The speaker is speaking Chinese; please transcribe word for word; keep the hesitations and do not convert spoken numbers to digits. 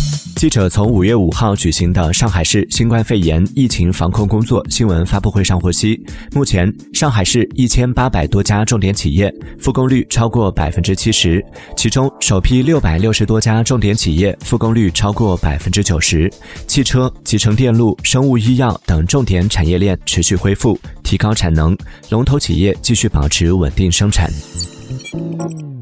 记者从五月五号举行的上海市新冠肺炎疫情防控工作新闻发布会上获悉，目前上海市一千八百多家重点企业复工率超过 百分之七十， 其中首批六百六十多家重点企业复工率超过 百分之九十， 汽车、集成电路、生物医药等重点产业链持续恢复，提高产能，龙头企业继续保持稳定生产。